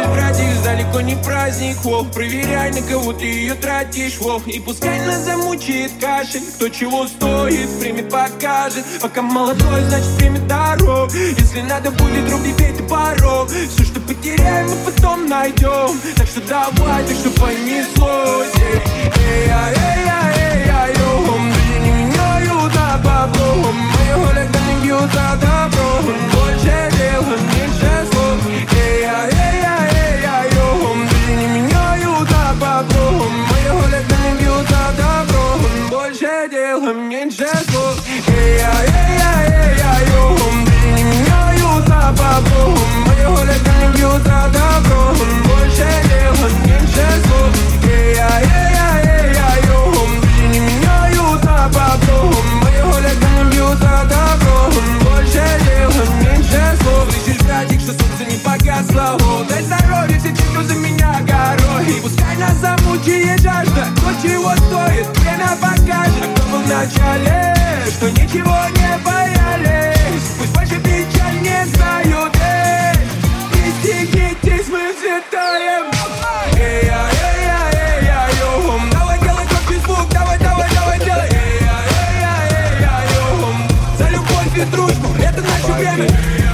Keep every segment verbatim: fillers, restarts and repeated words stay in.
Видишь, братишь, далеко не праздник, воу. Проверяй, на кого ты ее тратишь, воу. И пускай нас замучает кашель, кто чего стоит, примет, покажет. Пока молодой, значит примет дорог. Если надо будет, руби, бей ты порог. Все, что потеряем, мы потом найдем. Так что давай, так что понеслось. Эй, эй, эй, эй, эй, люди не меняют на бабло. Мои хулиганы не бьют за добро. Больше дела, меньше слов. Эй, эй, эй, эй, эй, люди не меняют на бабло. Мои хулиганы не бьют за добро. Больше дела, меньше слов. Эй, эй, эй, эй, эй, люди не меняют на бабло. Мои хулиганы не бьют за добро. Больше дела, меньше слов. Эй, эй, эй, эй, эй, люди не меняют на бабло. Мои хулиганы бьют за добро. Больше дела, меньше слов. Слышишь, братик, что солнце не погасло. О, дай здоровья, все чуть за меня горой. И пускай нас замучает жажда, кто чего стоит, время покажет. А кто был в начале, что ничего не боялись. Пусть больше печаль не знают, эй. Пристегнитесь, мы взлетаем. Эй, эй, эй, эй, эй, давай делай громкий звук, давай, давай, давай делай. Эй, эй, эй, эй, эй, за любовь и дружбу, это наше время.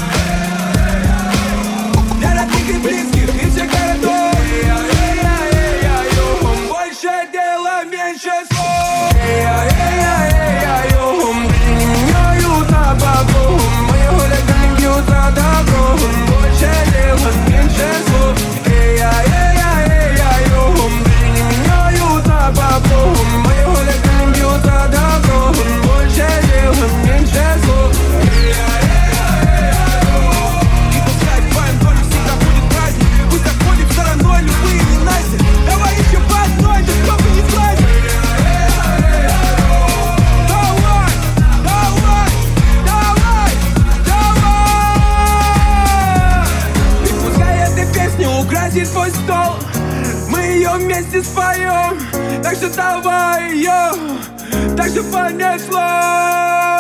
Для родных и близких, и всех городов. Эй, эй, эй, эй, больше дела, меньше слов. Эй, эй, эй, эй, люди не меняют на бабло. Мои хулиганы бьют за добро. Больше дела, меньше слов. Эй, эй, эй, эй, люди не меняют на бабло. Мои хулиганы бьют за добро. Больше дела, меньше слов. Эй, эй, эй, и пускай твоим долю всегда будет праздник. Пусть обходит стороной любые ненасти. Давай еще по одной, да сколько не слазит. Давай, давай, давай, давай. И пускай эта песня украсит твой стол, мы ее вместе споем. Так что давай ее, так что понеслось.